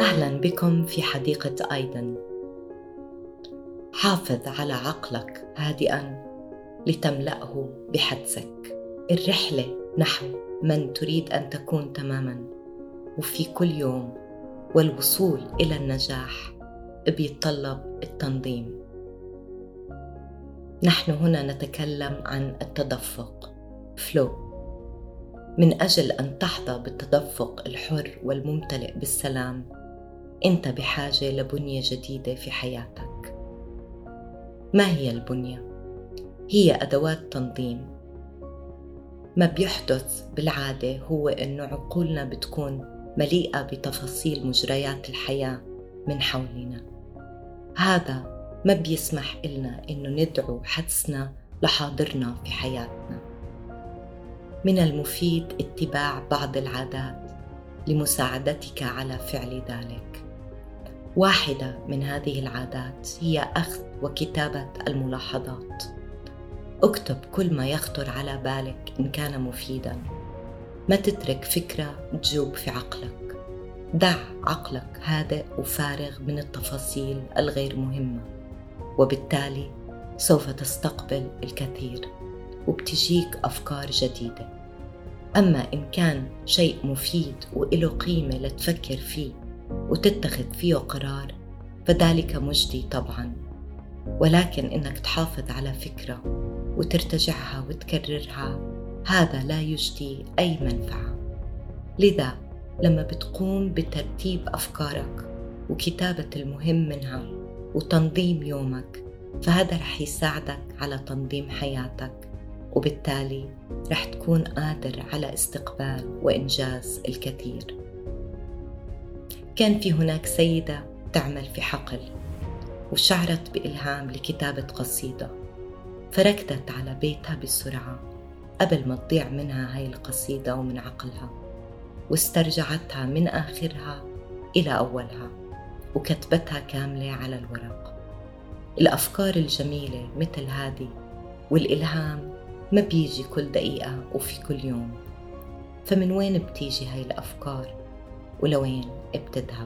أهلاً بكم في حديقة آيدن. حافظ على عقلك هادئاً لتملأه بحدسك. الرحلة نحو من تريد أن تكون تماماً وفي كل يوم، والوصول إلى النجاح بيتطلب التنظيم. نحن هنا نتكلم عن التدفق فلو. من أجل أن تحظى بالتدفق الحر والممتلئ بالسلام، أنت بحاجة لبنية جديدة في حياتك. ما هي البنية؟ هي أدوات تنظيم. ما بيحدث بالعادة هو إنه عقولنا بتكون مليئة بتفاصيل مجريات الحياة من حولنا. هذا ما بيسمح إلنا إنه ندعو حدسنا لحاضرنا في حياتنا. من المفيد اتباع بعض العادات لمساعدتك على فعل ذلك. واحدة من هذه العادات هي أخذ وكتابة الملاحظات. اكتب كل ما يخطر على بالك إن كان مفيداً. ما تترك فكرة تجوب في عقلك. دع عقلك هادئ وفارغ من التفاصيل الغير مهمة، وبالتالي سوف تستقبل الكثير وبتجيك أفكار جديدة. أما إن كان شيء مفيد وإله قيمة لتفكر فيه وتتخذ فيه قرار، فذلك مجدي طبعاً، ولكن إنك تحافظ على فكرة وترتجعها وتكررها، هذا لا يجدي أي منفعة. لذا لما بتقوم بترتيب أفكارك وكتابة المهم منها وتنظيم يومك، فهذا رح يساعدك على تنظيم حياتك، وبالتالي رح تكون قادر على استقبال وإنجاز الكثير. كان في هناك سيدة تعمل في حقل، وشعرت بإلهام لكتابة قصيدة، فركضت على بيتها بسرعة قبل ما تضيع منها هاي القصيدة ومن عقلها، واسترجعتها من آخرها إلى أولها وكتبتها كاملة على الورق. الأفكار الجميلة مثل هذه والإلهام ما بيجي كل دقيقة وفي كل يوم. فمن وين بتيجي هاي الأفكار ولوين بتذهب؟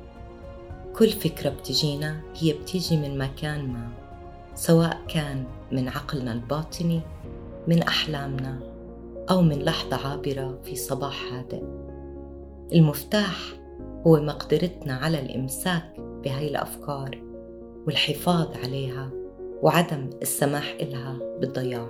كل فكرة بتجينا هي بتيجي من مكان ما، سواء كان من عقلنا الباطني، من أحلامنا، أو من لحظة عابرة في صباح هادئ. المفتاح هو مقدرتنا على الإمساك بهاي الأفكار والحفاظ عليها وعدم السماح إلها بالضياع.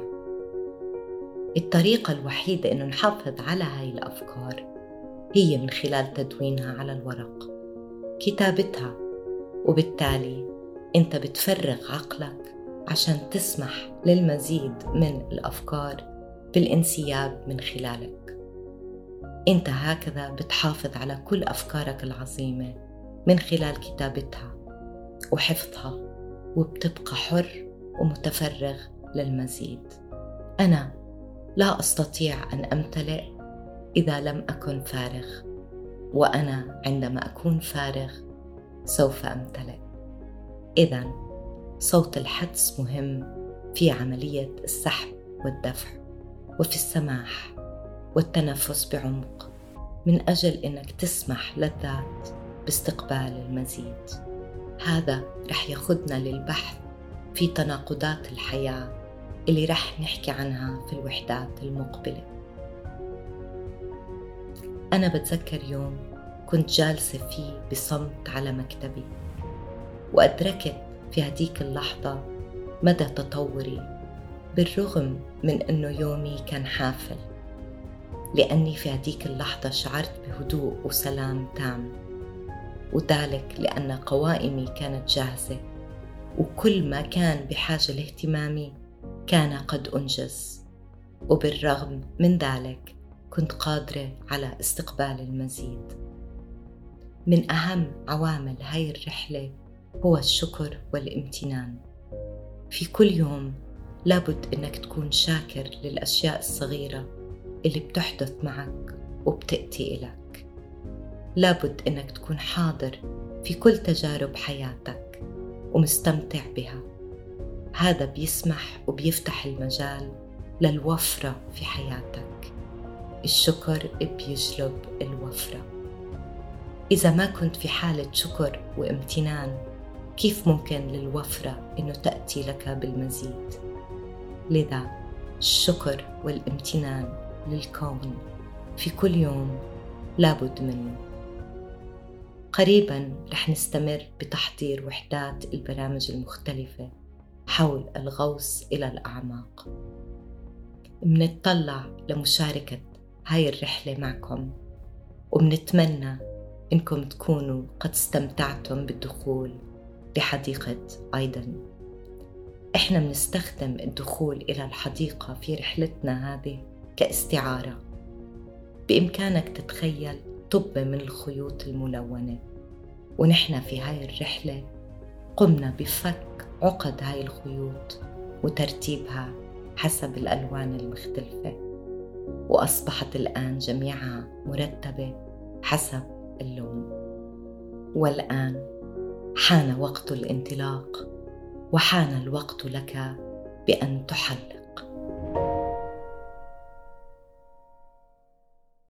الطريقة الوحيدة إنه نحافظ على هاي الأفكار هي من خلال تدوينها على الورق، كتابتها، وبالتالي أنت بتفرغ عقلك عشان تسمح للمزيد من الأفكار بالانسياب من خلالك. أنت هكذا بتحافظ على كل أفكارك العظيمة من خلال كتابتها وحفظها، وبتبقى حر ومتفرغ للمزيد. أنا لا أستطيع أن أمتلئ إذا لم أكن فارغ، وأنا عندما أكون فارغ سوف أمتلئ. إذن صوت الحدس مهم في عملية السحب والدفع، وفي السماح والتنفس بعمق، من أجل أنك تسمح للذات باستقبال المزيد. هذا رح ياخدنا للبحث في تناقضات الحياة اللي رح نحكي عنها في الوحدات المقبلة. أنا بتذكر يوم كنت جالسة فيه بصمت على مكتبي، وأدركت في هديك اللحظة مدى تطوري، بالرغم من أنه يومي كان حافل، لأني في هديك اللحظة شعرت بهدوء وسلام تام، وذلك لأن قوائمي كانت جاهزة، وكل ما كان بحاجة لاهتمامي كان قد أنجز، وبالرغم من ذلك كنت قادرة على استقبال المزيد. من أهم عوامل هاي الرحلة هو الشكر والامتنان. في كل يوم لابد إنك تكون شاكر للأشياء الصغيرة اللي بتحدث معك وبتأتي إلك. لابد إنك تكون حاضر في كل تجارب حياتك ومستمتع بها. هذا بيسمح وبيفتح المجال للوفرة في حياتك. الشكر بيجلب الوفرة. إذا ما كنت في حالة شكر وامتنان، كيف ممكن للوفرة إنه تأتي لك بالمزيد؟ لذا الشكر والامتنان للكون في كل يوم لابد منه. قريباً رح نستمر بتحضير وحدات البرامج المختلفة حول الغوص إلى الأعماق. منتطلع لمشاركة هاي الرحلة معكم، ومنتمنى إنكم تكونوا قد استمتعتم بالدخول لحديقة آيدن. إحنا منستخدم الدخول إلى الحديقة في رحلتنا هذه كاستعارة. بإمكانك تتخيل طبة من الخيوط الملونة، ونحن في هاي الرحلة قمنا بفك عقد هاي الخيوط وترتيبها حسب الألوان المختلفة، وأصبحت الآن جميعها مرتبة حسب اللون. والآن حان وقت الانطلاق، وحان الوقت لك بأن تحلق.